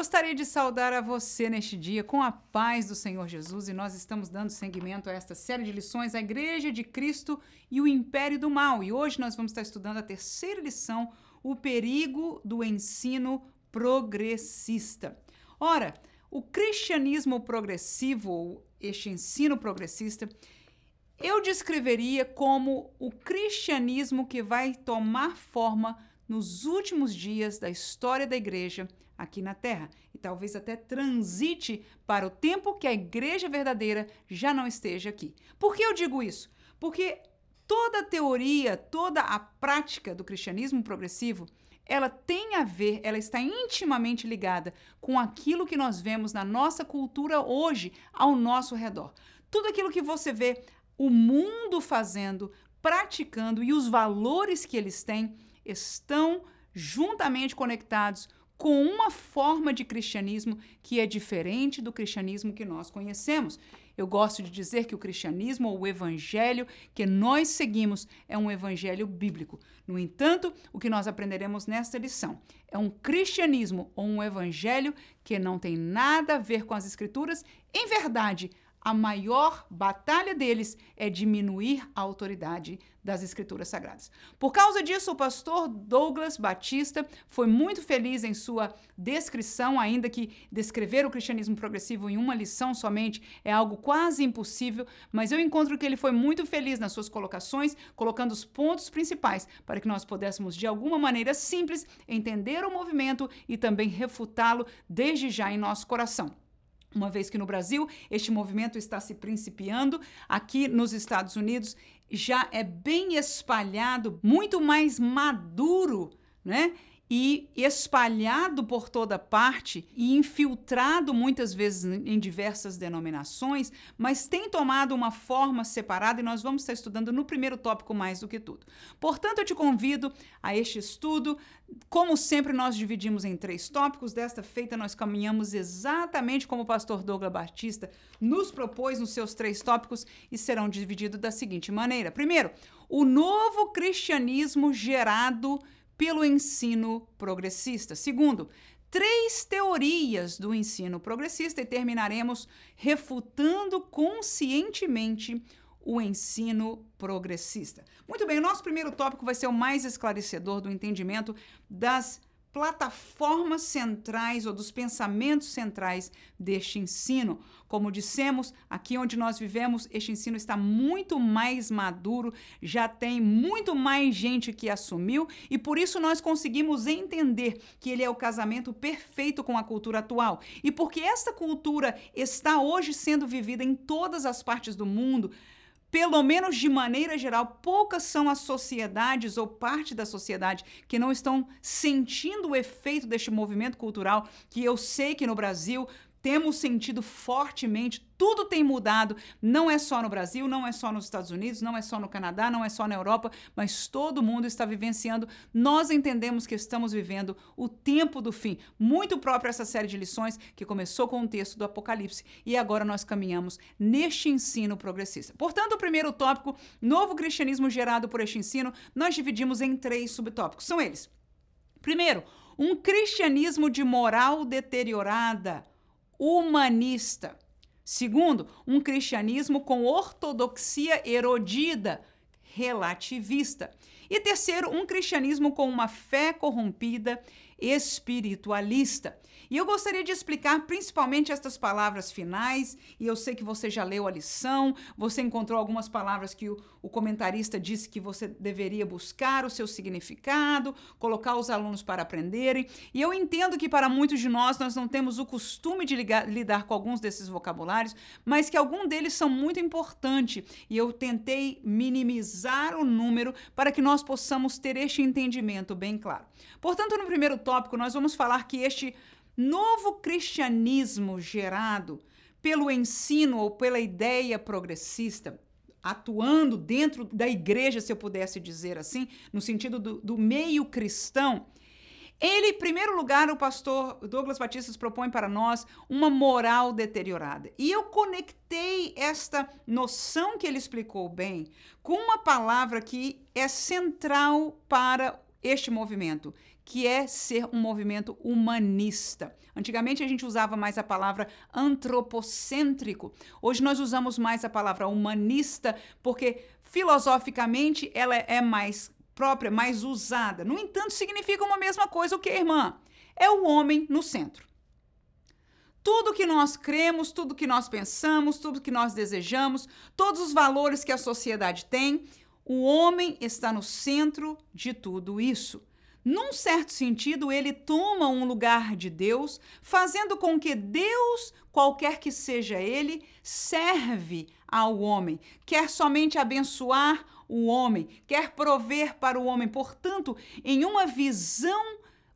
Gostaria de saudar a você neste dia com a paz do Senhor Jesus e nós estamos dando seguimento a esta série de lições, a Igreja de Cristo e o Império do Mal. E hoje nós vamos estar estudando a terceira lição, o perigo do ensino progressista. Ora, o cristianismo progressivo, ou este ensino progressista, eu descreveria como o cristianismo que vai tomar forma nos últimos dias da história da igreja aqui na Terra e talvez até transite para o tempo que a igreja verdadeira já não esteja aqui. Por que eu digo isso? Porque toda a teoria, toda a prática do cristianismo progressivo, ela tem a ver, ela está intimamente ligada com aquilo que nós vemos na nossa cultura hoje ao nosso redor. Tudo aquilo que você vê o mundo fazendo, praticando e os valores que eles têm estão juntamente conectados com uma forma de cristianismo que é diferente do cristianismo que nós conhecemos. Eu gosto de dizer que o cristianismo ou o evangelho que nós seguimos é um evangelho bíblico. No entanto, o que nós aprenderemos nesta lição é um cristianismo ou um evangelho que não tem nada a ver com as escrituras. Em verdade, a maior batalha deles é diminuir a autoridade das Escrituras Sagradas. Por causa disso, o pastor Douglas Batista foi muito feliz em sua descrição, ainda que descrever o cristianismo progressivo em uma lição somente é algo quase impossível, mas eu encontro que ele foi muito feliz nas suas colocações, colocando os pontos principais para que nós pudéssemos, de alguma maneira simples, entender o movimento e também refutá-lo desde já em nosso coração. Uma vez que no Brasil este movimento está se principiando, aqui nos Estados Unidos já é bem espalhado, muito mais maduro, né? E espalhado por toda parte e infiltrado muitas vezes em diversas denominações, mas tem tomado uma forma separada e nós vamos estar estudando no primeiro tópico mais do que tudo. Portanto, eu te convido a este estudo. Como sempre, nós dividimos em 3 tópicos. Desta feita, nós caminhamos exatamente como o pastor Douglas Batista nos propôs nos seus 3 tópicos e serão divididos da seguinte maneira. Primeiro, o novo cristianismo gerado pelo ensino progressista. Segundo, 3 teorias do ensino progressista e terminaremos refutando conscientemente o ensino progressista. Muito bem, o nosso primeiro tópico vai ser o mais esclarecedor do entendimento das plataformas centrais ou dos pensamentos centrais deste ensino. Como dissemos, aqui onde nós vivemos, este ensino está muito mais maduro, já tem muito mais gente que assumiu e por isso nós conseguimos entender que ele é o casamento perfeito com a cultura atual. E porque esta cultura está hoje sendo vivida em todas as partes do mundo, pelo menos de maneira geral, poucas são as sociedades ou parte da sociedade que não estão sentindo o efeito deste movimento cultural, que eu sei que no Brasil temos sentido fortemente. Tudo tem mudado, não é só no Brasil, não é só nos Estados Unidos, não é só no Canadá, não é só na Europa, mas todo mundo está vivenciando. Nós entendemos que estamos vivendo o tempo do fim, muito próprio a essa série de lições que começou com o texto do Apocalipse e agora nós caminhamos neste ensino progressista. Portanto, o primeiro tópico, novo cristianismo gerado por este ensino, nós dividimos em 3 subtópicos. São eles. Primeiro, um cristianismo de moral deteriorada, humanista. Segundo, um cristianismo com ortodoxia erodida, relativista. E terceiro, um cristianismo com uma fé corrompida, espiritualista. E eu gostaria de explicar principalmente estas palavras finais, e eu sei que você já leu a lição, você encontrou algumas palavras que o comentarista disse que você deveria buscar o seu significado, colocar os alunos para aprenderem, e eu entendo que para muitos de nós não temos o costume de lidar com alguns desses vocabulários, mas que alguns deles são muito importantes, e eu tentei minimizar o número para que nós possamos ter este entendimento bem claro. Portanto, no primeiro tópico, nós vamos falar que este novo cristianismo gerado pelo ensino ou pela ideia progressista, atuando dentro da igreja, se eu pudesse dizer assim, no sentido do meio cristão, ele, em primeiro lugar, o pastor Douglas Batista propõe para nós uma moral deteriorada. E eu conectei esta noção que ele explicou bem com uma palavra que é central para este movimento, que é ser um movimento humanista. Antigamente a gente usava mais a palavra antropocêntrico. Hoje nós usamos mais a palavra humanista porque filosoficamente ela é mais própria, mais usada. No entanto, significa uma mesma coisa. O que, irmã? É o homem no centro. Tudo que nós cremos, tudo que nós pensamos, tudo que nós desejamos, todos os valores que a sociedade tem, o homem está no centro de tudo isso. Num certo sentido, ele toma um lugar de Deus, fazendo com que Deus, qualquer que seja ele, serve ao homem, quer somente abençoar o homem, quer prover para o homem. Portanto, em uma visão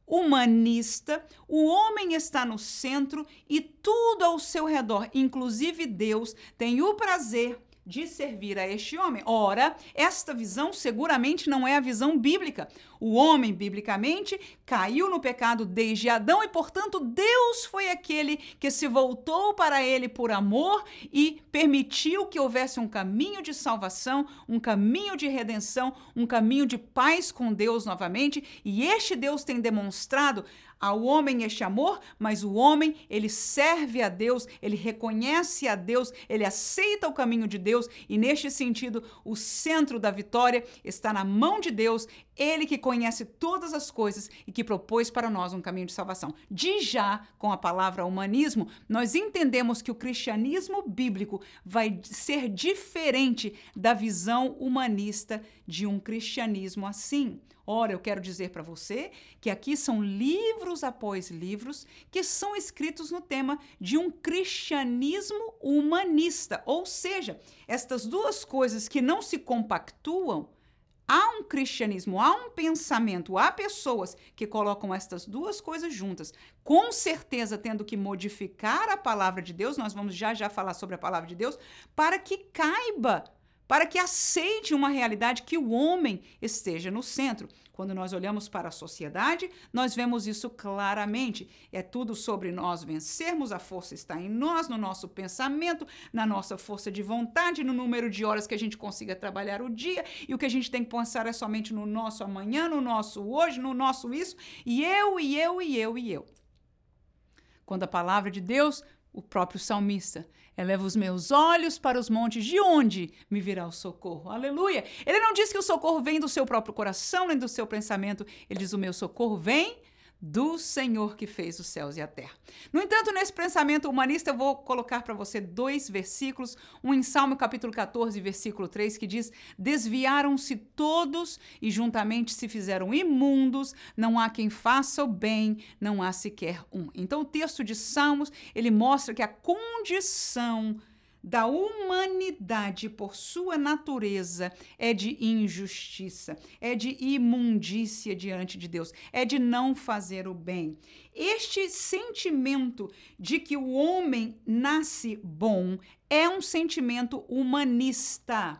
humanista, o homem está no centro e tudo ao seu redor, inclusive Deus, tem o prazer de servir a este homem. Ora, esta visão seguramente não é a visão bíblica. O homem, biblicamente, caiu no pecado desde Adão e, portanto, Deus foi aquele que se voltou para ele por amor e permitiu que houvesse um caminho de salvação, um caminho de redenção, um caminho de paz com Deus novamente. E este Deus tem demonstrado ao homem este amor, mas o homem, ele serve a Deus, ele reconhece a Deus, ele aceita o caminho de Deus e, neste sentido, o centro da vitória está na mão de Deus, ele que conhece todas as coisas e que propôs para nós um caminho de salvação. De já, com a palavra humanismo, nós entendemos que o cristianismo bíblico vai ser diferente da visão humanista de um cristianismo assim. Ora, eu quero dizer para você que aqui são livros após livros que são escritos no tema de um cristianismo humanista. Ou seja, estas duas coisas que não se compactuam, há um cristianismo, há um pensamento, há pessoas que colocam estas duas coisas juntas, com certeza tendo que modificar a palavra de Deus, nós vamos já falar sobre a palavra de Deus, para que caiba, para que aceite uma realidade que o homem esteja no centro. Quando nós olhamos para a sociedade, nós vemos isso claramente. É tudo sobre nós vencermos, a força está em nós, no nosso pensamento, na nossa força de vontade, no número de horas que a gente consiga trabalhar o dia, e o que a gente tem que pensar é somente no nosso amanhã, no nosso hoje, no nosso isso, e eu. Quando a palavra de Deus, o próprio salmista, eleva os meus olhos para os montes, de onde me virá o socorro? Aleluia! Ele não diz que o socorro vem do seu próprio coração, nem do seu pensamento. Ele diz, o meu socorro vem do Senhor que fez os céus e a terra. No entanto, nesse pensamento humanista, eu vou colocar para você 2 versículos, um em Salmo capítulo 14, versículo 3, que diz, desviaram-se todos e juntamente se fizeram imundos, não há quem faça o bem, não há sequer um. Então, o texto de Salmos, ele mostra que a condição da humanidade, por sua natureza, é de injustiça, é de imundícia diante de Deus, é de não fazer o bem. Este sentimento de que o homem nasce bom é um sentimento humanista.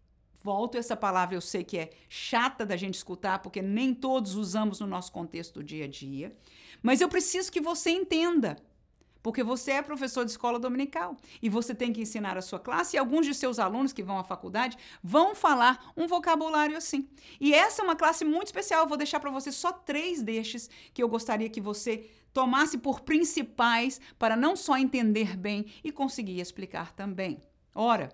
Volto essa palavra, eu sei que é chata da gente escutar, porque nem todos usamos no nosso contexto do dia a dia, mas eu preciso que você entenda. Porque você é professor de escola dominical e você tem que ensinar a sua classe e alguns de seus alunos que vão à faculdade vão falar um vocabulário assim. E essa é uma classe muito especial, eu vou deixar para você só 3 destes que eu gostaria que você tomasse por principais para não só entender bem e conseguir explicar também. Ora,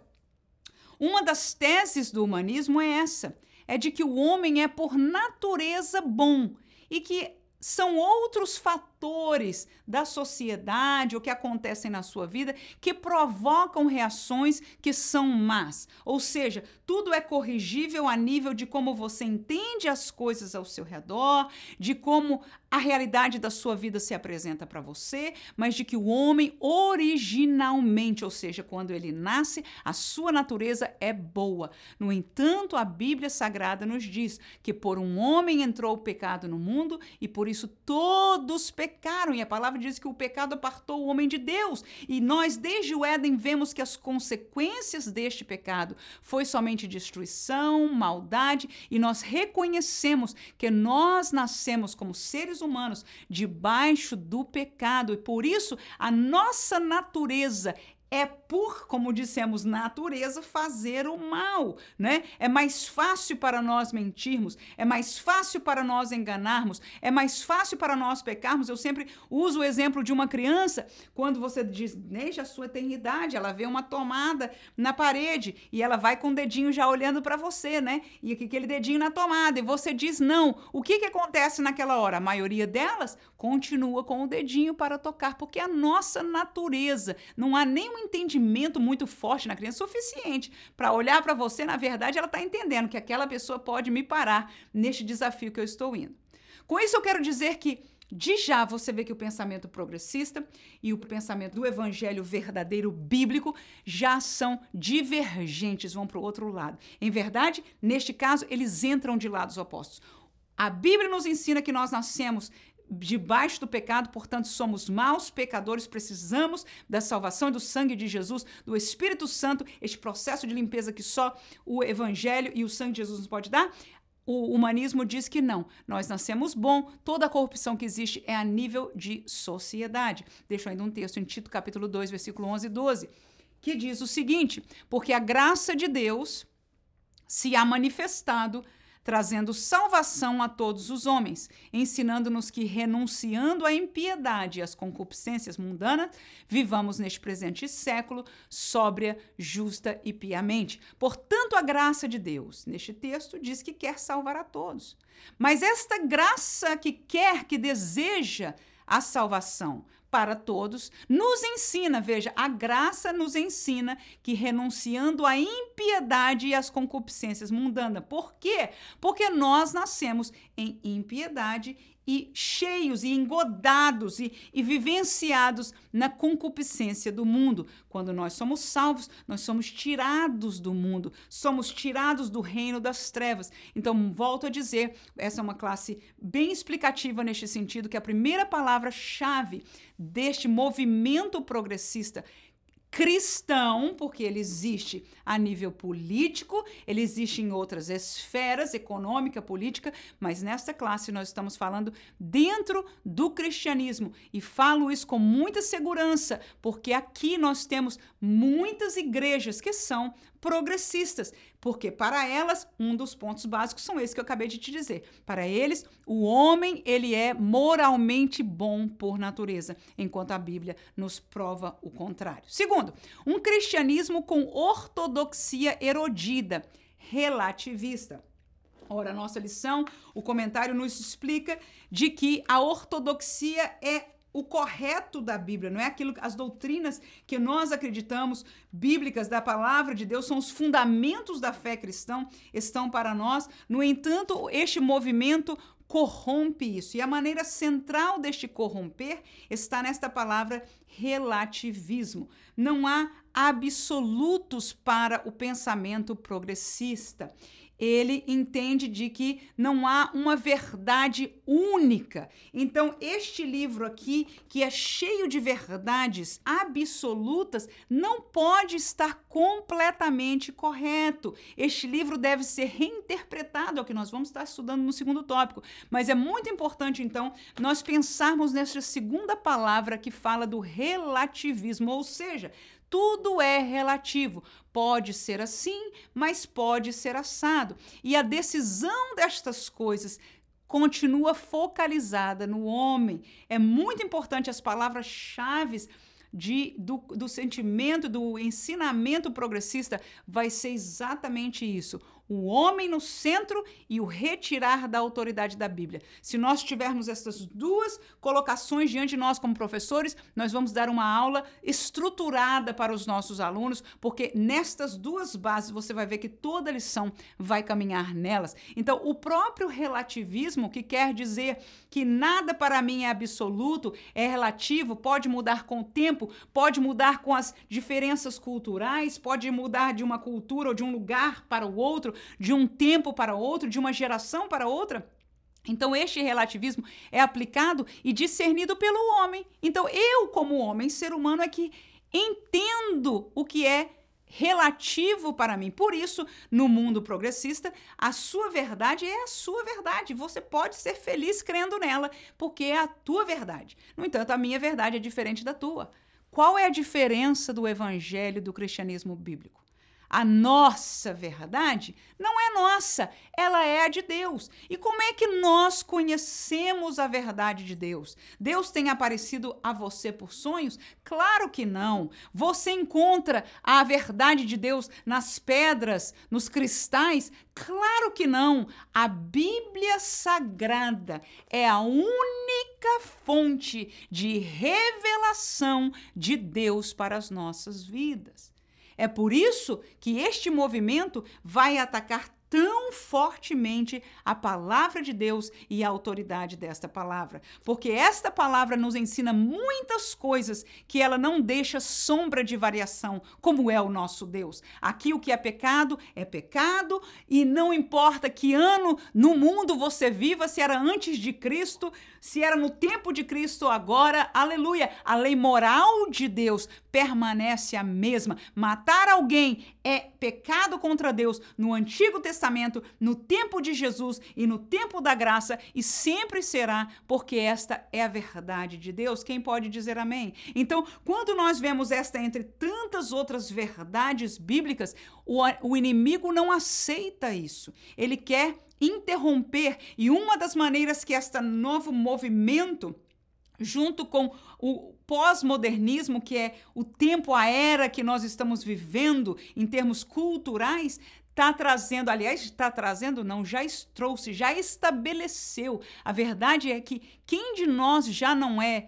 uma das teses do humanismo é essa, é de que o homem é por natureza bom e que são outros fatores da sociedade ou que acontecem na sua vida que provocam reações que são más. Ou seja, tudo é corrigível a nível de como você entende as coisas ao seu redor, de como a realidade da sua vida se apresenta para você, mas de que o homem originalmente, ou seja, quando ele nasce, a sua natureza é boa. No entanto, a Bíblia Sagrada nos diz que por um homem entrou o pecado no mundo e por isso todos pecaram. E a palavra diz que o pecado apartou o homem de Deus. E nós, desde o Éden, vemos que as consequências deste pecado foi somente destruição, maldade, e nós reconhecemos que nós nascemos como seres humanos debaixo do pecado. E por isso, a nossa natureza é por, como dissemos, natureza, fazer o mal, né? É mais fácil para nós mentirmos, é mais fácil para nós enganarmos, é mais fácil para nós pecarmos. Eu sempre uso o exemplo de uma criança, quando você diz, desde a sua eternidade, ela vê uma tomada na parede e ela vai com o dedinho já olhando para você, né? E aquele dedinho na tomada, e você diz não. O que acontece naquela hora? A maioria delas continua com o dedinho para tocar, porque a nossa natureza, não há nenhum entendimento muito forte na criança suficiente para olhar para você. Na verdade, ela está entendendo que aquela pessoa pode me parar neste desafio que eu estou indo. Com isso, eu quero dizer que de já você vê que o pensamento progressista e o pensamento do evangelho verdadeiro bíblico já são divergentes, vão para o outro lado. Em verdade, neste caso, eles entram de lados opostos. A Bíblia nos ensina que nós nascemos debaixo do pecado, portanto somos maus pecadores, precisamos da salvação e do sangue de Jesus, do Espírito Santo, este processo de limpeza que só o evangelho e o sangue de Jesus nos pode dar. O humanismo diz que não, nós nascemos bom, toda a corrupção que existe é a nível de sociedade. Deixo ainda um texto em Tito capítulo 2, versículo 11 e 12, que diz o seguinte: porque a graça de Deus se há manifestado, trazendo salvação a todos os homens, ensinando-nos que, renunciando à impiedade e às concupiscências mundanas, vivamos neste presente século sóbria, justa e piamente. Portanto, a graça de Deus, neste texto, diz que quer salvar a todos. Mas esta graça que quer, que deseja a salvação para todos, nos ensina, veja, a graça nos ensina que renunciando à impiedade e às concupiscências mundanas. Por quê? Porque nós nascemos em impiedade e cheios e engodados e vivenciados na concupiscência do mundo. Quando nós somos salvos, nós somos tirados do mundo, somos tirados do reino das trevas. Então, volto a dizer, essa é uma classe bem explicativa neste sentido, que a primeira palavra-chave deste movimento progressista cristão, porque ele existe a nível político, ele existe em outras esferas, econômica, política, mas nesta classe nós estamos falando dentro do cristianismo, e falo isso com muita segurança, porque aqui nós temos muitas igrejas que são progressistas, porque para elas, um dos pontos básicos são esses que eu acabei de te dizer. Para eles, o homem, ele é moralmente bom por natureza, enquanto a Bíblia nos prova o contrário. Segundo, um cristianismo com ortodoxia erodida, relativista. Ora, a nossa lição, o comentário nos explica de que a ortodoxia é o correto da Bíblia, não é aquilo, as doutrinas que nós acreditamos, bíblicas da palavra de Deus, são os fundamentos da fé cristã, estão para nós. No entanto, este movimento corrompe isso. E a maneira central deste corromper está nesta palavra relativismo. Não há absolutos para o pensamento progressista. Ele entende de que não há uma verdade única. Então, este livro aqui, que é cheio de verdades absolutas, não pode estar completamente correto. Este livro deve ser reinterpretado, é o que nós vamos estar estudando no segundo tópico. Mas é muito importante, então, nós pensarmos nessa segunda palavra que fala do relativismo, ou seja, tudo é relativo. Pode ser assim, mas pode ser assado. E a decisão destas coisas continua focalizada no homem. É muito importante as palavras-chave do sentimento, do ensinamento progressista, vai ser exatamente isso. O homem no centro e o retirar da autoridade da Bíblia. Se nós tivermos essas duas colocações diante de nós como professores, nós vamos dar uma aula estruturada para os nossos alunos, porque nestas duas bases você vai ver que toda lição vai caminhar nelas. Então, o próprio relativismo, que quer dizer que nada para mim é absoluto, é relativo, pode mudar com o tempo, pode mudar com as diferenças culturais, pode mudar de uma cultura ou de um lugar para o outro, de um tempo para outro, de uma geração para outra. Então, este relativismo é aplicado e discernido pelo homem. Então, eu, como homem, ser humano, é que entendo o que é relativo para mim. Por isso, no mundo progressista, a sua verdade é a sua verdade. Você pode ser feliz crendo nela, porque é a tua verdade. No entanto, a minha verdade é diferente da tua. Qual é a diferença do evangelho e do cristianismo bíblico? A nossa verdade não é nossa, ela é a de Deus. E como é que nós conhecemos a verdade de Deus? Deus tem aparecido a você por sonhos? Claro que não. Você encontra a verdade de Deus nas pedras, nos cristais? Claro que não. A Bíblia Sagrada é a única fonte de revelação de Deus para as nossas vidas. É por isso que este movimento vai atacar tão fortemente a palavra de Deus e a autoridade desta palavra. Porque esta palavra nos ensina muitas coisas que ela não deixa sombra de variação, como é o nosso Deus. Aqui o que é pecado e não importa que ano no mundo você viva, se era antes de Cristo, se era no tempo de Cristo agora, aleluia. A lei moral de Deus permanece a mesma. Matar alguém é pecado contra Deus no Antigo Testamento, no tempo de Jesus e no tempo da graça, e sempre será, porque esta é a verdade de Deus. Quem pode dizer amém? Então, quando nós vemos esta entre tantas outras verdades bíblicas, o inimigo não aceita isso. Ele quer interromper, e uma das maneiras que este novo movimento, junto com o pós-modernismo, que é o tempo, a era que nós estamos vivendo em termos culturais, está trazendo, aliás, está trazendo, não, já trouxe, já estabeleceu. A verdade é que quem de nós já não é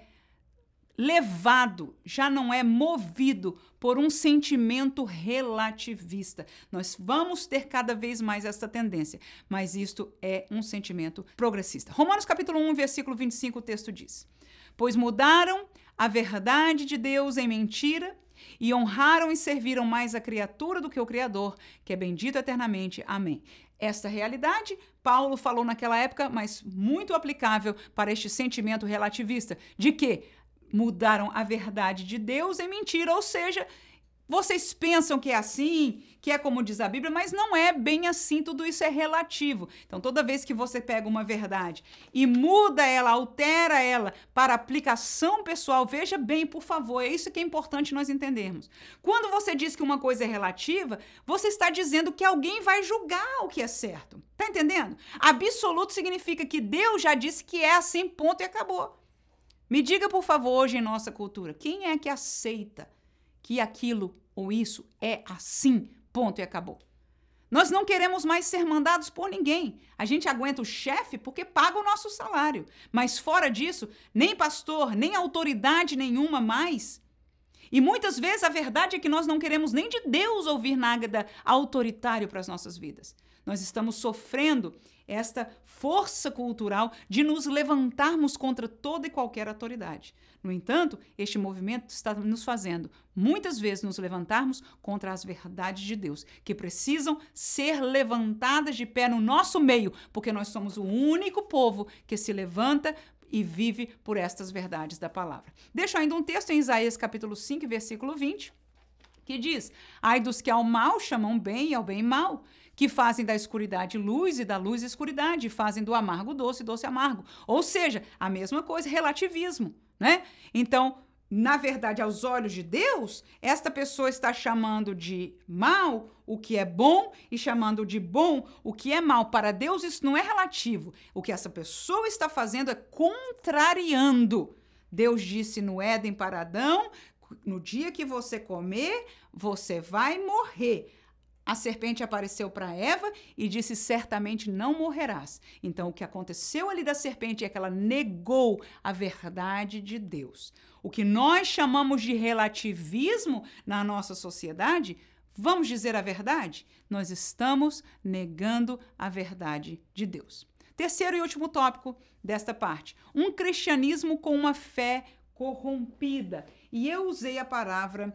levado, já não é movido por um sentimento relativista? Nós vamos ter cada vez mais essa tendência, mas isto é um sentimento progressista. Romanos capítulo 1, versículo 25, o texto diz: pois mudaram a verdade de Deus em mentira e honraram e serviram mais a criatura do que o Criador, que é bendito eternamente. Amém. Esta realidade, Paulo falou naquela época, mas muito aplicável para este sentimento relativista, de que mudaram a verdade de Deus em mentira, ou seja, vocês pensam que é assim, que é como diz a Bíblia, mas não é bem assim, tudo isso é relativo. Então, toda vez que você pega uma verdade e muda ela, altera ela para aplicação pessoal, veja bem, por favor, é isso que é importante nós entendermos. Quando você diz que uma coisa é relativa, você está dizendo que alguém vai julgar o que é certo. Tá entendendo? Absoluto significa que Deus já disse que é assim, ponto e acabou. Me diga, por favor, hoje em nossa cultura, quem é que aceita que aquilo ou isso é assim, ponto e acabou? Nós não queremos mais ser mandados por ninguém. A gente aguenta o chefe porque paga o nosso salário. Mas fora disso, nem pastor, nem autoridade nenhuma mais. E muitas vezes a verdade é que nós não queremos nem de Deus ouvir nada autoritário para as nossas vidas. Nós estamos sofrendo esta força cultural de nos levantarmos contra toda e qualquer autoridade. No entanto, este movimento está nos fazendo, muitas vezes, nos levantarmos contra as verdades de Deus, que precisam ser levantadas de pé no nosso meio, porque nós somos o único povo que se levanta e vive por estas verdades da palavra. Deixo ainda um texto em Isaías capítulo 5, versículo 20, que diz: ai dos que ao mal chamam bem e ao bem mal, que fazem da escuridade luz e da luz escuridade, fazem do amargo doce e doce amargo. Ou seja, a mesma coisa, relativismo, né? Então, na verdade, aos olhos de Deus, esta pessoa está chamando de mal o que é bom e chamando de bom o que é mal. Para Deus isso não é relativo. O que essa pessoa está fazendo é contrariando. Deus disse no Éden para Adão: no dia que você comer, você vai morrer. A serpente apareceu para Eva e disse: certamente não morrerás. Então, o que aconteceu ali da serpente é que ela negou a verdade de Deus. O que nós chamamos de relativismo na nossa sociedade, vamos dizer a verdade? Nós estamos negando a verdade de Deus. Terceiro e último tópico desta parte: um cristianismo com uma fé corrompida. E eu usei a palavra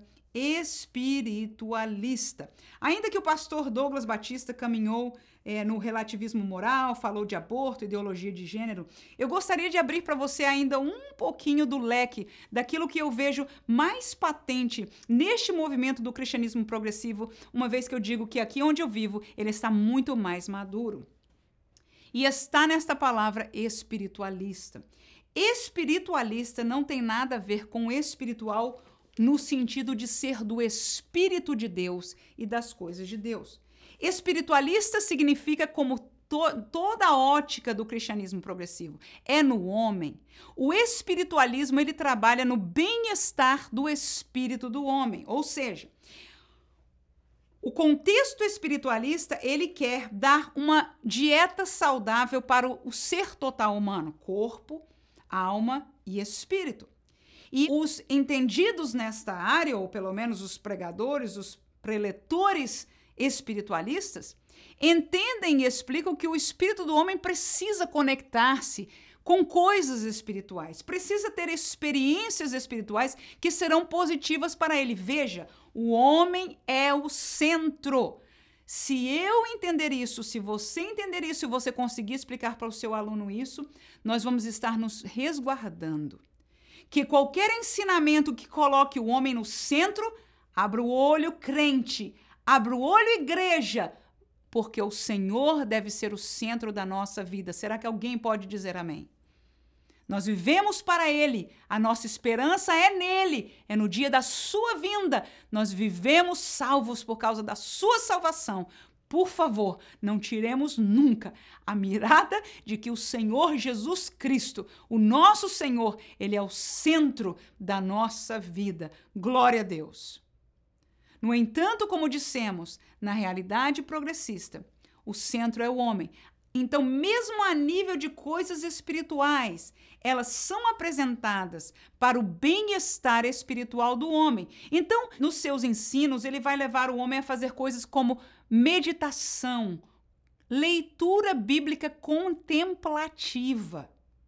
espiritualista. Ainda que o pastor Douglas Batista caminhou no relativismo moral, falou de aborto, ideologia de gênero, eu gostaria de abrir para você ainda um pouquinho do leque daquilo que eu vejo mais patente neste movimento do cristianismo progressivo, uma vez que eu digo que aqui onde eu vivo, ele está muito mais maduro. E está nesta palavra espiritualista. Espiritualista não tem nada a ver com espiritual no sentido de ser do Espírito de Deus e das coisas de Deus. Espiritualista significa, como toda a ótica do cristianismo progressivo, é no homem. O espiritualismo, ele trabalha no bem-estar do espírito do homem, ou seja, o contexto espiritualista, ele quer dar uma dieta saudável para o ser total humano, corpo, alma e espírito. E os entendidos nesta área, ou pelo menos os pregadores, os preletores espiritualistas, entendem e explicam que o espírito do homem precisa conectar-se com coisas espirituais, precisa ter experiências espirituais que serão positivas para ele. Veja, o homem é o centro. Se eu entender isso, se você entender isso e você conseguir explicar para o seu aluno isso, nós vamos estar nos resguardando. Que qualquer ensinamento que coloque o homem no centro, abra o olho, crente, abra o olho, igreja, porque o Senhor deve ser o centro da nossa vida. Será que alguém pode dizer amém? Nós vivemos para Ele, a nossa esperança é nele, é no dia da sua vinda. Nós vivemos salvos por causa da sua salvação. Por favor, não tiremos nunca a mirada de que o Senhor Jesus Cristo, o nosso Senhor, Ele é o centro da nossa vida. Glória a Deus. No entanto, como dissemos, na realidade progressista, o centro é o homem. Então, mesmo a nível de coisas espirituais, elas são apresentadas para o bem-estar espiritual do homem. Então, nos seus ensinos, ele vai levar o homem a fazer coisas como meditação, leitura bíblica contemplativa.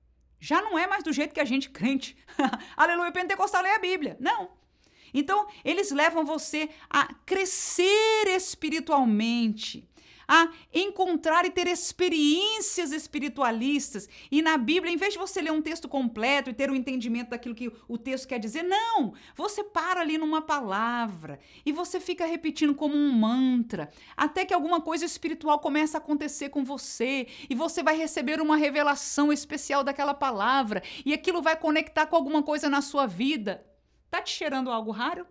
Já não é mais do jeito que a gente crente, aleluia, pentecostal lê a Bíblia. Não. Então, eles levam você a crescer espiritualmente, a encontrar e ter experiências espiritualistas. E na Bíblia, em vez de você ler um texto completo e ter um entendimento daquilo que o texto quer dizer, não! Você para ali numa palavra e você fica repetindo como um mantra, até que alguma coisa espiritual começa a acontecer com você e você vai receber uma revelação especial daquela palavra e aquilo vai conectar com alguma coisa na sua vida. Tá te cheirando algo raro?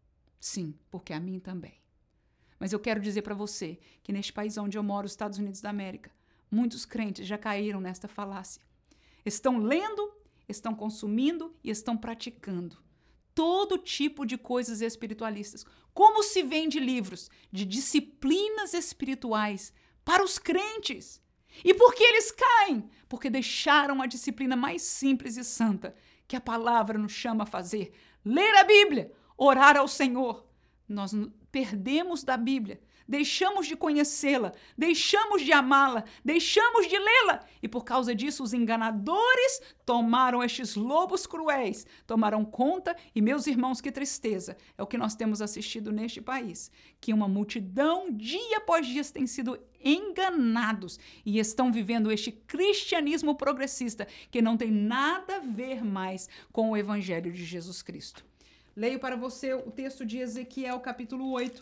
Sim, porque a mim também. Mas eu quero dizer para você que neste país onde eu moro, os Estados Unidos da América, muitos crentes já caíram nesta falácia. Estão lendo, estão consumindo e estão praticando todo tipo de coisas espiritualistas. Como se vende livros de disciplinas espirituais para os crentes. E por que eles caem? Porque deixaram a disciplina mais simples e santa que a palavra nos chama a fazer. Ler a Bíblia, orar ao Senhor. Nós perdemos da Bíblia, deixamos de conhecê-la, deixamos de amá-la, deixamos de lê-la. E por causa disso, os enganadores tomaram estes lobos cruéis, tomaram conta. E, meus irmãos, que tristeza é o que nós temos assistido neste país, que uma multidão, dia após dia, tem sido enganados e estão vivendo este cristianismo progressista que não tem nada a ver mais com o Evangelho de Jesus Cristo. Leio para você o texto de Ezequiel, capítulo 8.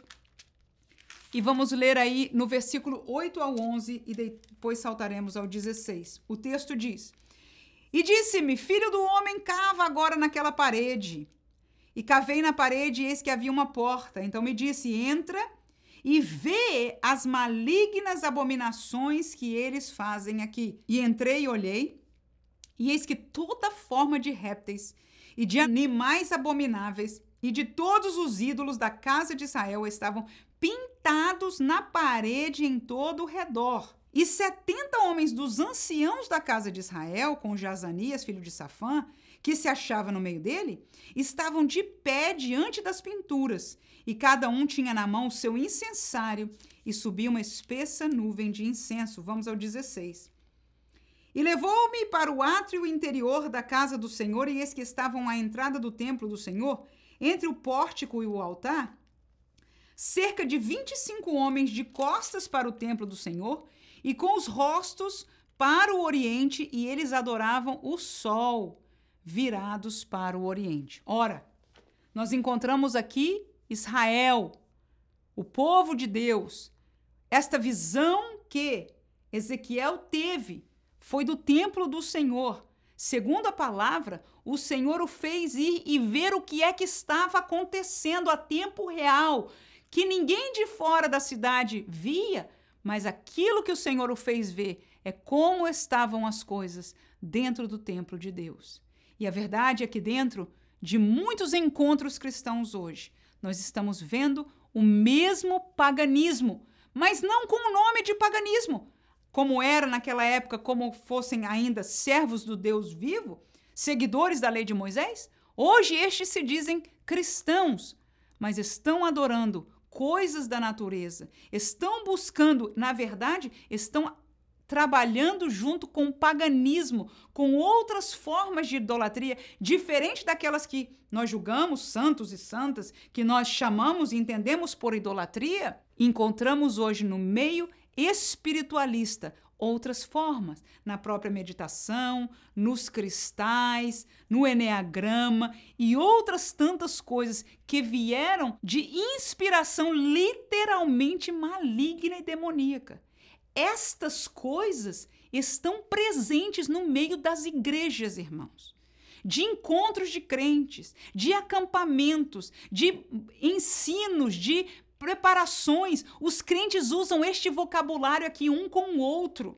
E vamos ler aí no versículo 8 ao 11 e depois saltaremos ao 16. O texto diz: E disse-me, filho do homem, cava agora naquela parede. E cavei na parede e eis que havia uma porta. Então me disse, entra e vê as malignas abominações que eles fazem aqui. E entrei e olhei, e eis que toda forma de répteis e de animais abomináveis e de todos os ídolos da casa de Israel estavam pintados na parede em todo o redor. E 70 homens dos anciãos da casa de Israel, com Jazanias, filho de Safã, que se achava no meio dele, estavam de pé diante das pinturas, e cada um tinha na mão o seu incensário, e subia uma espessa nuvem de incenso. Vamos ao 16. E levou-me para o átrio interior da casa do Senhor, e eis que estavam à entrada do templo do Senhor, entre o pórtico e o altar, cerca de 25 homens de costas para o templo do Senhor, e com os rostos para o oriente, e eles adoravam o sol, virados para o oriente. Ora, nós encontramos aqui Israel, o povo de Deus. Esta visão que Ezequiel teve foi do templo do Senhor, Segundo a palavra, o Senhor o fez ir e ver o que é que estava acontecendo a tempo real, que ninguém de fora da cidade via, mas aquilo que o Senhor o fez ver é como estavam as coisas dentro do templo de Deus. E a verdade é que dentro de muitos encontros cristãos hoje, nós estamos vendo o mesmo paganismo, mas não com o nome de paganismo, como era naquela época, como fossem ainda servos do Deus vivo, seguidores da lei de Moisés. Hoje estes se dizem cristãos, mas estão adorando coisas da natureza, estão buscando, na verdade, estão trabalhando junto com o paganismo, com outras formas de idolatria, diferente daquelas que nós julgamos santos e santas, que nós chamamos e entendemos por idolatria. Encontramos hoje no meio espiritualista outras formas, na própria meditação, nos cristais, no eneagrama e outras tantas coisas que vieram de inspiração literalmente maligna e demoníaca. Estas coisas estão presentes no meio das igrejas, irmãos, de encontros de crentes, de acampamentos, de ensinos, de preparações. Os crentes usam este vocabulário aqui um com o outro.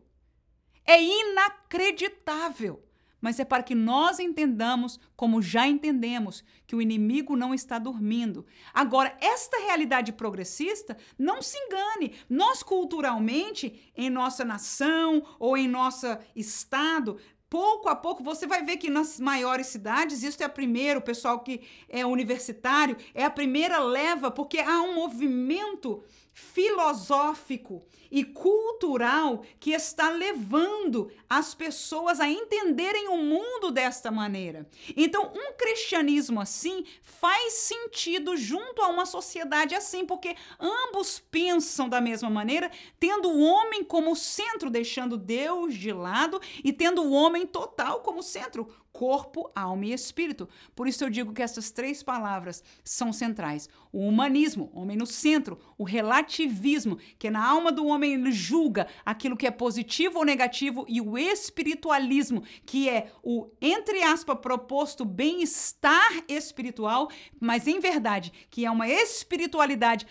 É inacreditável, mas é para que nós entendamos, como já entendemos, que o inimigo não está dormindo. Agora, esta realidade progressista, não se engane, nós culturalmente, em nossa nação ou em nosso estado, pouco a pouco, você vai ver que nas maiores cidades, isso é a primeira, o pessoal que é universitário, é a primeira leva, porque há um movimento filosófico e cultural que está levando as pessoas a entenderem o mundo desta maneira. Então, um cristianismo assim faz sentido junto a uma sociedade assim, porque ambos pensam da mesma maneira, tendo o homem como centro, deixando Deus de lado e tendo o homem total como centro, corpo, alma e espírito. Por isso eu digo que essas três palavras são centrais. O humanismo, homem no centro, o relativismo, que na alma do homem ele julga aquilo que é positivo ou negativo, e o espiritualismo, que é o, entre aspas, proposto bem-estar espiritual, mas em verdade, que é uma espiritualidade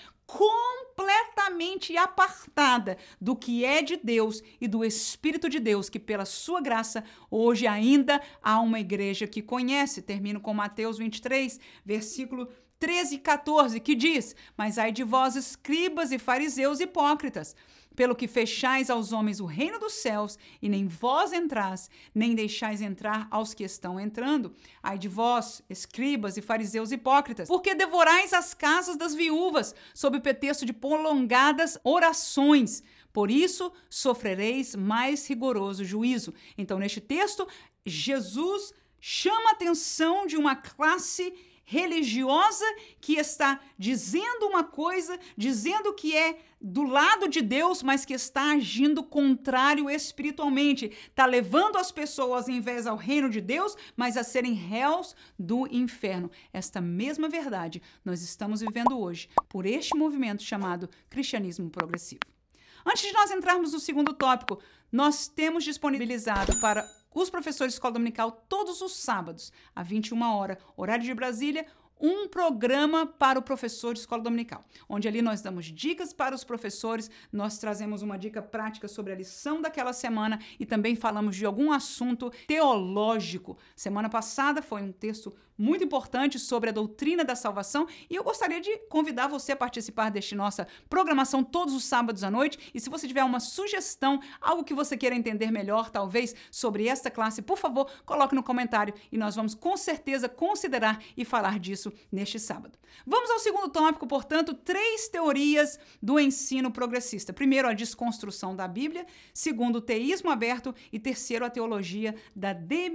completamente apartada do que é de Deus e do Espírito de Deus, que pela sua graça hoje ainda há uma igreja que conhece. Termino com Mateus 23, versículo 13 e 14, que diz: mas ai de vós, escribas e fariseus hipócritas, pelo que fechais aos homens o reino dos céus, e nem vós entrais, nem deixais entrar aos que estão entrando. Ai de vós, escribas e fariseus hipócritas, porque devorais as casas das viúvas, sob o pretexto de prolongadas orações. Por isso, sofrereis mais rigoroso juízo. Então, neste texto, Jesus chama a atenção de uma classe religiosa que está dizendo uma coisa, dizendo que é do lado de Deus, mas que está agindo contrário espiritualmente. Está levando as pessoas, em vez ao reino de Deus, mas a serem réus do inferno. Esta mesma verdade nós estamos vivendo hoje por este movimento chamado cristianismo progressivo. Antes de nós entrarmos no segundo tópico, nós temos disponibilizado para os professores de escola dominical todos os sábados, às 21 horas, horário de Brasília, um programa para o professor de escola dominical, onde ali nós damos dicas para os professores, nós trazemos uma dica prática sobre a lição daquela semana e também falamos de algum assunto teológico. Semana passada foi um texto muito importante sobre a doutrina da salvação e eu gostaria de convidar você a participar desta nossa programação todos os sábados à noite. E se você tiver uma sugestão, algo que você queira entender melhor, talvez, sobre esta classe, por favor, coloque no comentário e nós vamos com certeza considerar e falar disso neste sábado. Vamos ao segundo tópico, portanto, 3 teorias do ensino progressista. Primeiro, a desconstrução da Bíblia. Segundo, o teísmo aberto. E terceiro, a teologia da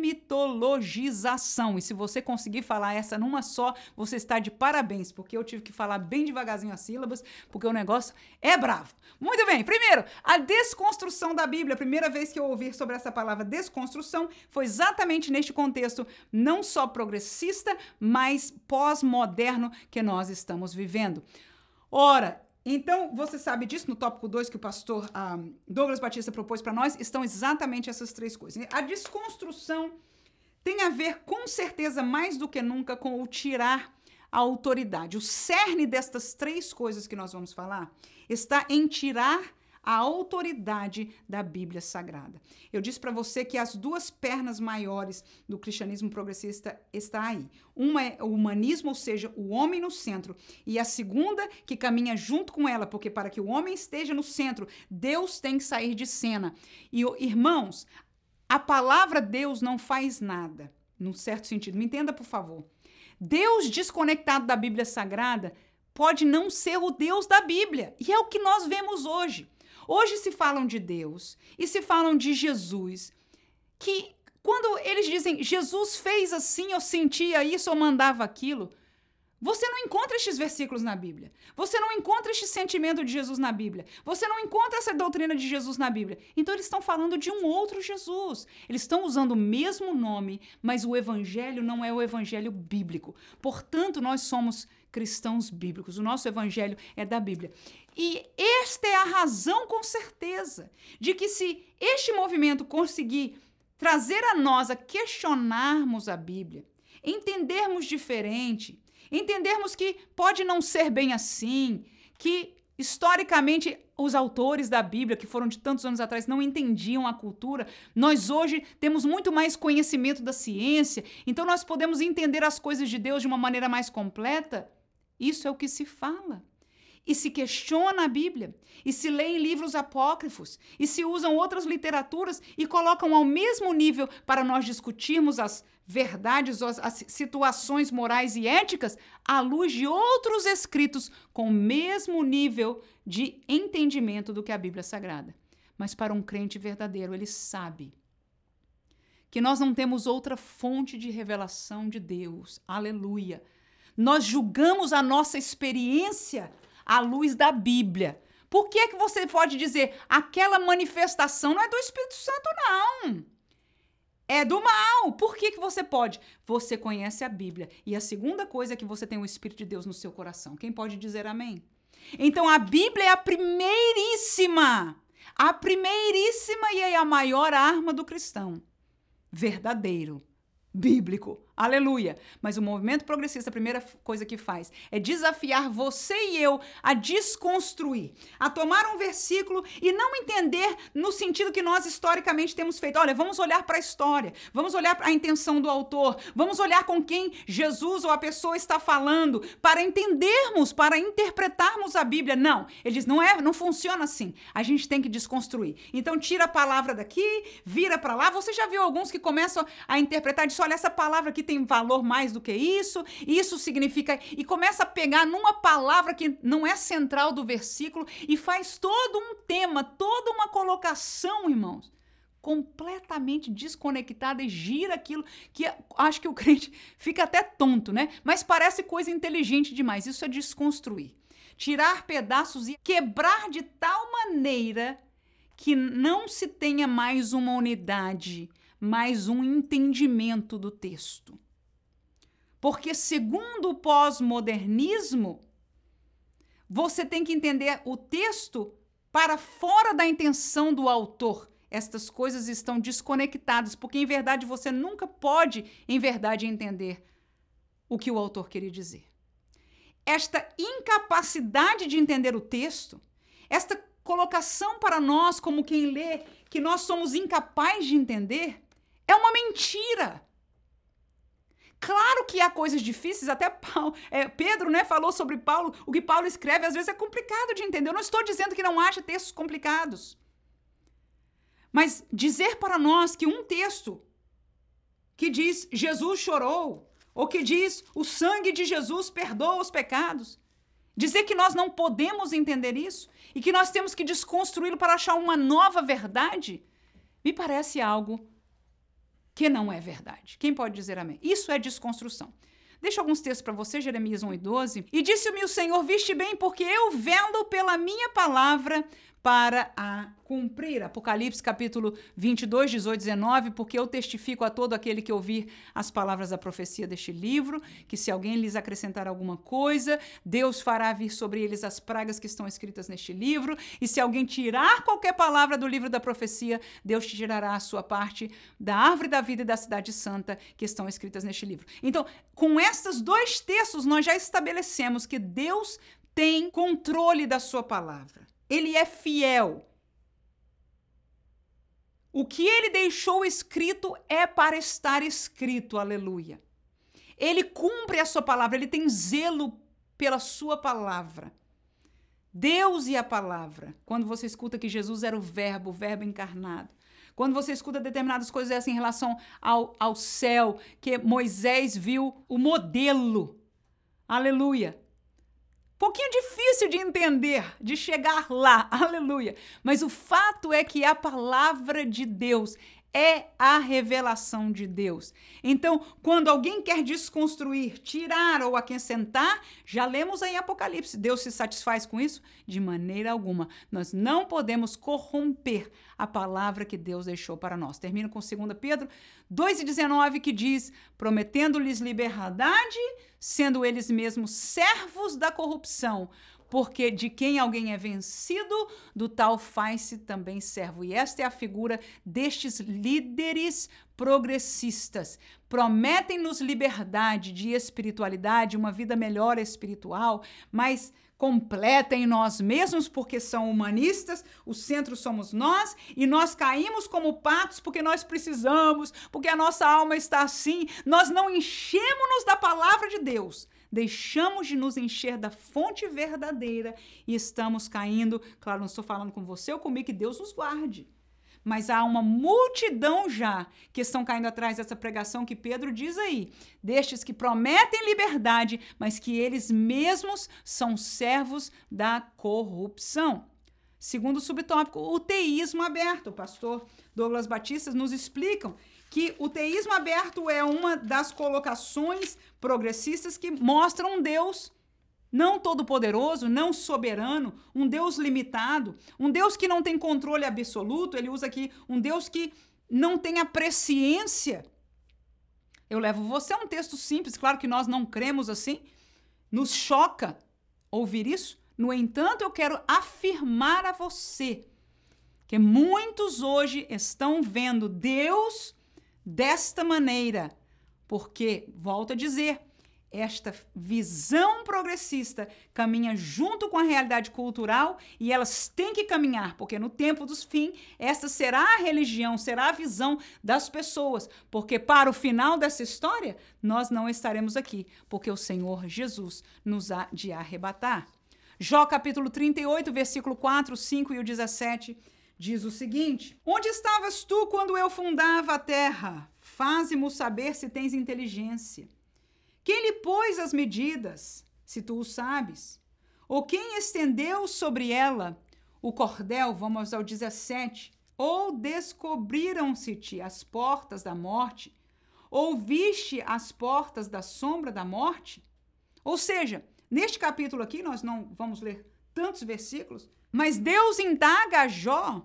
demitologização. E se você conseguir falar essa numa só, você está de parabéns, porque eu tive que falar bem devagarzinho as sílabas, porque o negócio é bravo. Muito bem, primeiro, a desconstrução da Bíblia. A primeira vez que eu ouvi sobre essa palavra desconstrução foi exatamente neste contexto, não só progressista, mas pós-moderno que nós estamos vivendo. Ora, então, você sabe disso, no tópico 2 que o pastor Douglas Batista propôs para nós, estão exatamente essas 3 coisas. A desconstrução tem a ver, com certeza, mais do que nunca, com o tirar a autoridade. O cerne destas 3 coisas que nós vamos falar está em tirar a autoridade da Bíblia Sagrada. Eu disse para você que as 2 pernas maiores do cristianismo progressista está aí. Uma é o humanismo, ou seja, o homem no centro, e a segunda que caminha junto com ela, porque para que o homem esteja no centro, Deus tem que sair de cena. E, irmãos, a palavra Deus não faz nada, num certo sentido. Me entenda, por favor. Deus desconectado da Bíblia Sagrada pode não ser o Deus da Bíblia. E é o que nós vemos hoje. Hoje se falam de Deus e se falam de Jesus, que quando eles dizem Jesus fez assim, ou sentia isso, ou mandava aquilo, você não encontra estes versículos na Bíblia. Você não encontra este sentimento de Jesus na Bíblia. Você não encontra essa doutrina de Jesus na Bíblia. Então eles estão falando de um outro Jesus. Eles estão usando o mesmo nome, mas o evangelho não é o evangelho bíblico. Portanto, nós somos cristãos bíblicos. O nosso evangelho é da Bíblia. E esta é a razão, com certeza, de que se este movimento conseguir trazer a nós a questionarmos a Bíblia, entendermos diferente, entendermos que pode não ser bem assim, que historicamente os autores da Bíblia, que foram de tantos anos atrás, não entendiam a cultura. Nós hoje temos muito mais conhecimento da ciência, então nós podemos entender as coisas de Deus de uma maneira mais completa. Isso é o que se fala. E se questiona a Bíblia, e se lê em livros apócrifos, e se usam outras literaturas e colocam ao mesmo nível para nós discutirmos as verdades, as situações morais e éticas à luz de outros escritos com o mesmo nível de entendimento do que a Bíblia Sagrada. Mas para um crente verdadeiro, ele sabe que nós não temos outra fonte de revelação de Deus. Aleluia! Nós julgamos a nossa experiência à luz da Bíblia. Por que que você pode dizer aquela manifestação não é do Espírito Santo, não? É do mal. Por que que você pode? Você conhece a Bíblia. E a segunda coisa é que você tem o Espírito de Deus no seu coração. Quem pode dizer amém? Então a Bíblia é a primeiríssima e é a maior arma do cristão. Verdadeiro. Bíblico. Aleluia. Mas o movimento progressista, a primeira coisa que faz é desafiar você e eu a desconstruir, a tomar um versículo e não entender no sentido que nós historicamente temos feito. Olha, vamos olhar para a história, vamos olhar para a intenção do autor, vamos olhar com quem Jesus ou a pessoa está falando para entendermos, para interpretarmos a Bíblia. Não, ele diz, não funciona assim. A gente tem que desconstruir. Então tira a palavra daqui, vira para lá. Você já viu alguns que começam a interpretar, diz, olha, essa palavra aqui tem valor mais do que isso significa... E começa a pegar numa palavra que não é central do versículo e faz todo um tema, toda uma colocação, irmãos, completamente desconectada e gira aquilo que acho que o crente fica até tonto, né? Mas parece coisa inteligente demais. Isso é desconstruir. Tirar pedaços e quebrar de tal maneira que não se tenha mais uma unidade, mais um entendimento do texto. Porque, segundo o pós-modernismo, você tem que entender o texto para fora da intenção do autor. Estas coisas estão desconectadas, porque, em verdade, você nunca pode, em verdade, entender o que o autor queria dizer. Esta incapacidade de entender o texto, esta colocação para nós, como quem lê, que nós somos incapazes de entender, é uma mentira. Claro que há coisas difíceis, até Pedro, né, falou sobre Paulo, o que Paulo escreve às vezes é complicado de entender. Eu não estou dizendo que não haja textos complicados. Mas dizer para nós que um texto que diz Jesus chorou, ou que diz o sangue de Jesus perdoa os pecados, dizer que nós não podemos entender isso e que nós temos que desconstruí-lo para achar uma nova verdade, me parece algo que não é verdade. Quem pode dizer amém? Isso é desconstrução. Deixa alguns textos para você, Jeremias 1:12. E disse-me o Senhor, viste bem, porque eu velo pela minha palavra para a cumprir. Apocalipse capítulo 22, 18, 19, porque eu testifico a todo aquele que ouvir as palavras da profecia deste livro, que se alguém lhes acrescentar alguma coisa, Deus fará vir sobre eles as pragas que estão escritas neste livro, e se alguém tirar qualquer palavra do livro da profecia, Deus te tirará a sua parte da árvore da vida e da cidade santa que estão escritas neste livro. Então, com estes dois textos, nós já estabelecemos que Deus tem controle da sua palavra. Ele é fiel. O que ele deixou escrito é para estar escrito, aleluia. Ele cumpre a sua palavra, ele tem zelo pela sua palavra. Deus e a palavra. Quando você escuta que Jesus era o verbo encarnado. Quando você escuta determinadas coisas em relação ao céu, que Moisés viu o modelo. Aleluia. Pouquinho difícil de entender, de chegar lá, aleluia. Mas o fato é que a palavra de Deus é a revelação de Deus. Então, quando alguém quer desconstruir, tirar ou acrescentar, já lemos aí Apocalipse. Deus se satisfaz com isso? De maneira alguma. Nós não podemos corromper a palavra que Deus deixou para nós. Termino com 2 Pedro 2,19, que diz: prometendo-lhes liberdade, sendo eles mesmos servos da corrupção, porque de quem alguém é vencido, do tal faz-se também servo. E esta é a figura destes líderes progressistas. Prometem-nos liberdade de espiritualidade, uma vida melhor espiritual, mas completa em nós mesmos, porque são humanistas, o centro somos nós, e nós caímos como patos porque nós precisamos, porque a nossa alma está assim. Nós não enchemos-nos da palavra de Deus. Deixamos de nos encher da fonte verdadeira e estamos caindo. Claro, não estou falando com você ou comigo, que Deus nos guarde. Mas há uma multidão já que estão caindo atrás dessa pregação que Pedro diz aí, destes que prometem liberdade, mas que eles mesmos são servos da corrupção. Segundo subtópico, o teísmo aberto. O pastor Douglas Batista nos explicam que o teísmo aberto é uma das colocações progressistas que mostram um Deus não todo-poderoso, não soberano, um Deus limitado, um Deus que não tem controle absoluto. Ele usa aqui um Deus que não tem a presciência. Eu levo você a um texto simples, claro que nós não cremos assim, nos choca ouvir isso. No entanto, eu quero afirmar a você que muitos hoje estão vendo Deus desta maneira, porque, volto a dizer, esta visão progressista caminha junto com a realidade cultural e elas têm que caminhar, porque no tempo dos fins, esta será a religião, será a visão das pessoas, porque para o final dessa história, nós não estaremos aqui, porque o Senhor Jesus nos há de arrebatar. Jó capítulo 38, versículo 4, 5 e o 17, diz o seguinte: onde estavas tu quando eu fundava a terra? Faze-mo saber se tens inteligência. Quem lhe pôs as medidas, se tu o sabes? Ou quem estendeu sobre ela o cordel? Vamos ao 17. Ou descobriram-se-te as portas da morte? Ou viste as portas da sombra da morte? Ou seja, neste capítulo aqui, nós não vamos ler tantos versículos, mas Deus indaga a Jó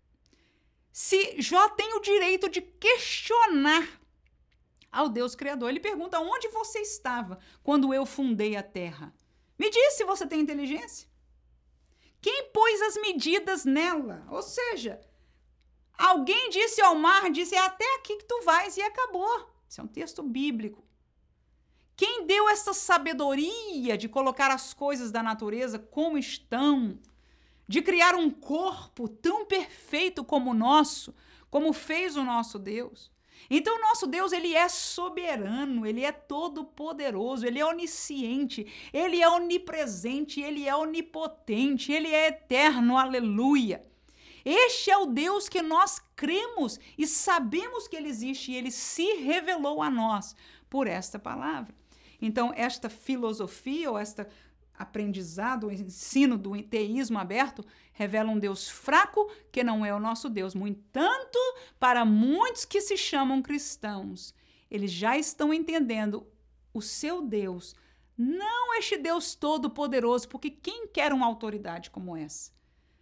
se Jó tem o direito de questionar ao Deus Criador. Ele pergunta: onde você estava quando eu fundei a terra? Me diz se você tem inteligência. Quem pôs as medidas nela? Ou seja, alguém disse ao mar, disse: é até aqui que tu vais, e acabou. Isso é um texto bíblico. Quem deu essa sabedoria de colocar as coisas da natureza como estão, de criar um corpo tão perfeito como o nosso, como fez o nosso Deus? Então, o nosso Deus, ele é soberano, ele é todo-poderoso, ele é onisciente, ele é onipresente, ele é onipotente, ele é eterno, aleluia. Este é o Deus que nós cremos e sabemos que ele existe, e ele se revelou a nós por esta palavra. Então, esta filosofia ou esta aprendizado, o ensino do teísmo aberto, revela um Deus fraco que não é o nosso Deus. No entanto, para muitos que se chamam cristãos, eles já estão entendendo o seu Deus, não este Deus todo-poderoso, porque quem quer uma autoridade como essa?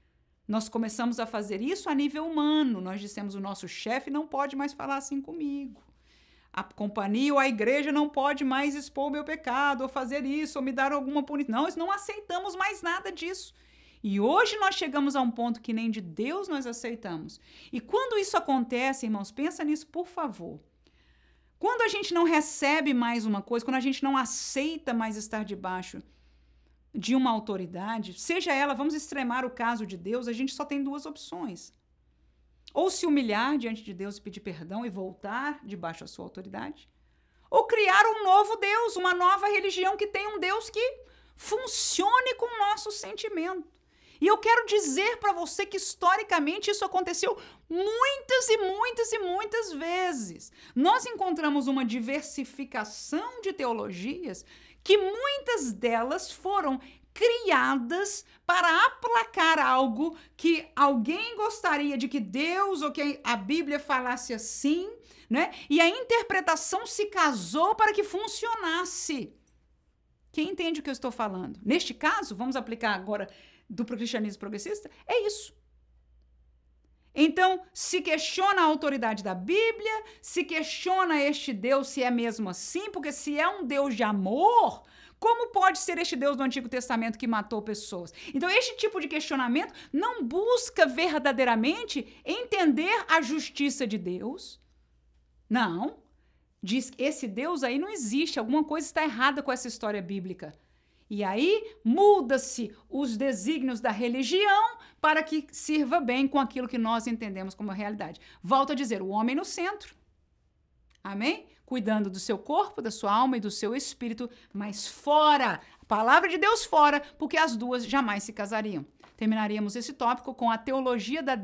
Nós começamos a fazer isso a nível humano. Nós dissemos, o nosso chefe não pode mais falar assim comigo. A companhia ou a igreja não pode mais expor o meu pecado, ou fazer isso, ou me dar alguma punição. Nós não aceitamos mais nada disso. E hoje nós chegamos a um ponto que nem de Deus nós aceitamos. E quando isso acontece, irmãos, pensa nisso, por favor. Quando a gente não recebe mais uma coisa, quando a gente não aceita mais estar debaixo de uma autoridade, seja ela, vamos extremar o caso de Deus, a gente só tem duas opções. Ou se humilhar diante de Deus e pedir perdão e voltar debaixo da sua autoridade, ou criar um novo Deus, uma nova religião que tenha um Deus que funcione com o nosso sentimento. E eu quero dizer para você que historicamente isso aconteceu muitas e muitas e muitas vezes. Nós encontramos uma diversificação de teologias que muitas delas foram criadas para aplacar algo que alguém gostaria de que Deus ou que a Bíblia falasse assim, né? E a interpretação se casou para que funcionasse. Quem entende o que eu estou falando? Neste caso, vamos aplicar agora do cristianismo progressista, é isso. Então, se questiona a autoridade da Bíblia, se questiona este Deus se é mesmo assim, porque se é um Deus de amor, como pode ser este Deus do Antigo Testamento que matou pessoas? Então, este tipo de questionamento não busca verdadeiramente entender a justiça de Deus. Não. Diz que esse Deus aí não existe, alguma coisa está errada com essa história bíblica. E aí muda-se os desígnios da religião para que sirva bem com aquilo que nós entendemos como realidade. Volto a dizer, o homem no centro. Amém? Cuidando do seu corpo, da sua alma e do seu espírito, mas fora, a palavra de Deus fora, porque as duas jamais se casariam. Terminaríamos esse tópico com a teologia da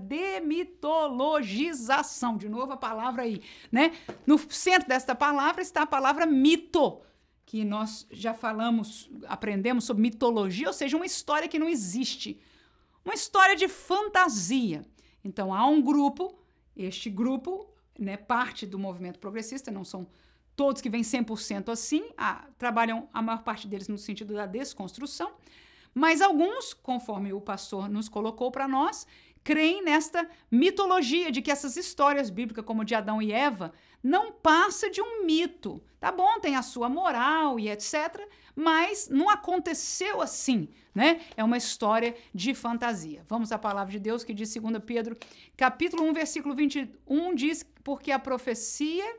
demitologização. De novo a palavra aí, né? No centro desta palavra está a palavra mito, que nós já falamos, aprendemos sobre mitologia, ou seja, uma história que não existe. Uma história de fantasia. Então, há um grupo, este grupo, né, parte do movimento progressista, não são todos que vêm 100% assim, trabalham a maior parte deles no sentido da desconstrução, mas alguns, conforme o pastor nos colocou para nós, creem nesta mitologia de que essas histórias bíblicas, como de Adão e Eva, não passa de um mito. Tá bom, tem a sua moral e etc., mas não aconteceu assim, né? É uma história de fantasia. Vamos à palavra de Deus que diz 2 Pedro, capítulo 1, versículo 21, diz, porque a profecia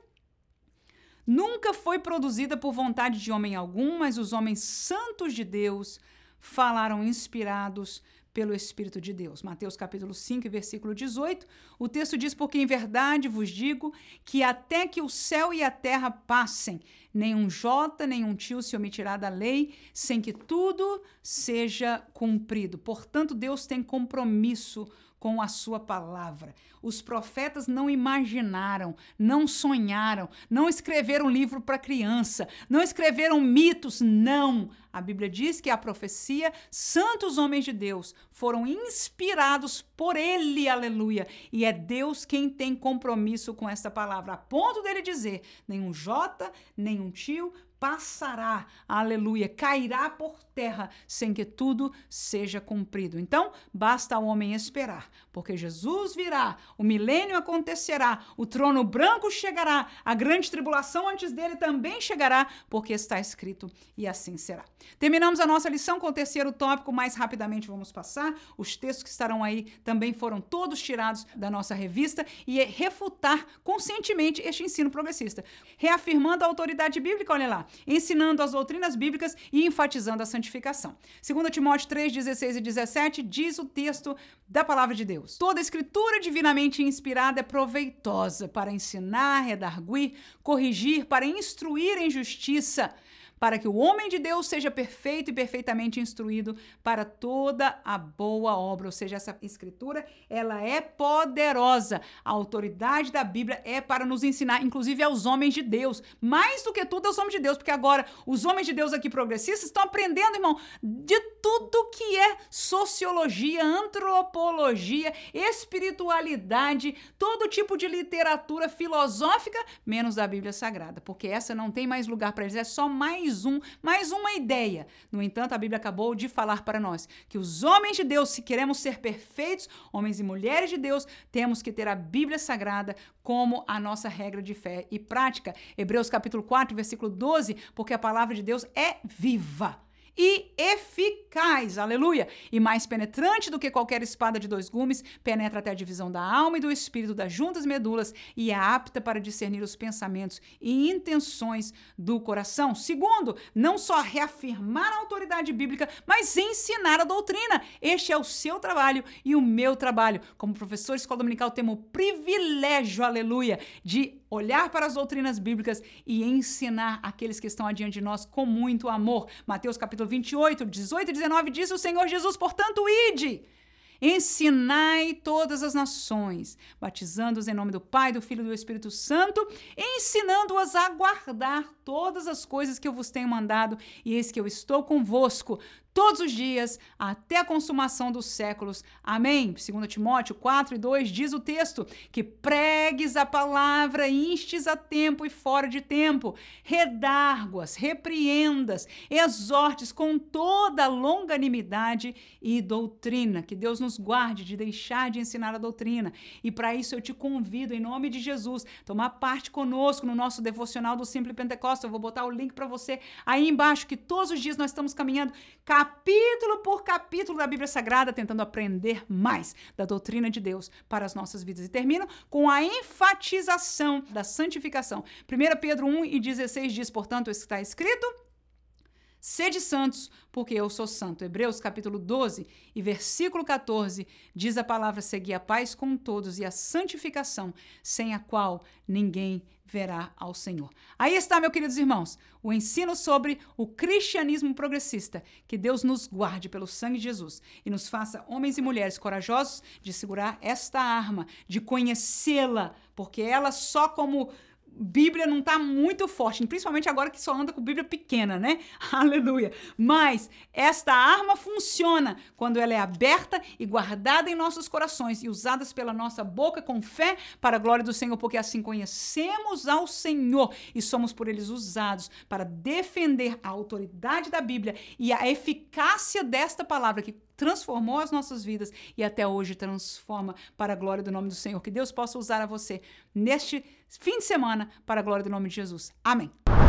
nunca foi produzida por vontade de homem algum, mas os homens santos de Deus falaram inspirados pelo Espírito de Deus. Mateus capítulo 5, versículo 18, o texto diz, porque em verdade vos digo que até que o céu e a terra passem, nenhum jota, nenhum tio se omitirá da lei, sem que tudo seja cumprido. Portanto, Deus tem compromisso com a sua palavra. Os profetas não imaginaram, não sonharam, não escreveram livro para criança, não escreveram mitos, não. A Bíblia diz que a profecia, santos homens de Deus, foram inspirados por ele, aleluia. E é Deus quem tem compromisso com esta palavra, a ponto dele dizer, nenhum jota, nenhum tio passará, aleluia, cairá por terra, sem que tudo seja cumprido. Então, basta ao homem esperar, porque Jesus virá, o milênio acontecerá, o trono branco chegará, a grande tribulação antes dele também chegará, porque está escrito, e assim será. Terminamos a nossa lição com o terceiro tópico, mais rapidamente vamos passar. Os textos que estarão aí também foram todos tirados da nossa revista e refutar conscientemente este ensino progressista, reafirmando a autoridade bíblica, olha lá, ensinando as doutrinas bíblicas e enfatizando a santificação. 2 Timóteo 3, 16 e 17 diz o texto da palavra de Deus. Toda escritura divinamente inspirada é proveitosa para ensinar, redarguir, corrigir, para instruir em justiça, para que o homem de Deus seja perfeito e perfeitamente instruído para toda a boa obra. Ou seja, essa escritura, ela é poderosa. A autoridade da Bíblia é para nos ensinar, inclusive aos homens de Deus. Mais do que tudo aos homens de Deus, porque agora os homens de Deus aqui progressistas estão aprendendo, irmão, de tudo que é sociologia, antropologia, espiritualidade, todo tipo de literatura filosófica, menos da Bíblia Sagrada, porque essa não tem mais lugar para eles, é só mais mais uma ideia. No entanto, a Bíblia acabou de falar para nós que os homens de Deus, se queremos ser perfeitos, homens e mulheres de Deus, temos que ter a Bíblia Sagrada como a nossa regra de fé e prática. Hebreus capítulo 4, versículo 12, porque a palavra de Deus é viva e eficaz, aleluia, e mais penetrante do que qualquer espada de 2 gumes, penetra até a divisão da alma e do espírito, das juntas medulas, e é apta para discernir os pensamentos e intenções do coração. Segundo, não só reafirmar a autoridade bíblica, mas ensinar a doutrina. Este é o seu trabalho e o meu trabalho. Como professor de escola dominical, temos o privilégio, aleluia, de olhar para as doutrinas bíblicas e ensinar aqueles que estão adiante de nós com muito amor. Mateus capítulo 28, 18 e 19 diz o Senhor Jesus, portanto, ide, ensinai todas as nações, batizando-os em nome do Pai, do Filho e do Espírito Santo, ensinando-as a guardar todas as coisas que eu vos tenho mandado, e eis que eu estou convosco todos os dias, até a consumação dos séculos. Amém? 2 Timóteo 4 e 2 diz o texto, que pregues a palavra, instes a tempo e fora de tempo, redarguas, repreendas, exortes com toda longanimidade e doutrina. Que Deus nos guarde de deixar de ensinar a doutrina. E para isso eu te convido, em nome de Jesus, tomar parte conosco no nosso devocional do Simples Pentecostes. Eu vou botar o link para você aí embaixo, que todos os dias nós estamos caminhando capítulo por capítulo da Bíblia Sagrada, tentando aprender mais da doutrina de Deus para as nossas vidas. E termino com a enfatização da santificação. 1 Pedro 1 e 16 diz, portanto, está escrito: sede santos, porque eu sou santo. Hebreus capítulo 12 e versículo 14 diz a palavra: seguir a paz com todos e a santificação, sem a qual ninguém verá ao Senhor. Aí está, meus queridos irmãos, o ensino sobre o cristianismo progressista. Que Deus nos guarde pelo sangue de Jesus e nos faça homens e mulheres corajosos de segurar esta arma, de conhecê-la, porque ela só como Bíblia não está muito forte, principalmente agora que só anda com Bíblia pequena, né? Aleluia! Mas esta arma funciona quando ela é aberta e guardada em nossos corações e usadas pela nossa boca com fé para a glória do Senhor, porque assim conhecemos ao Senhor e somos por eles usados para defender a autoridade da Bíblia e a eficácia desta palavra que transformou as nossas vidas e até hoje transforma para a glória do nome do Senhor. Que Deus possa usar a você neste fim de semana para a glória do nome de Jesus. Amém.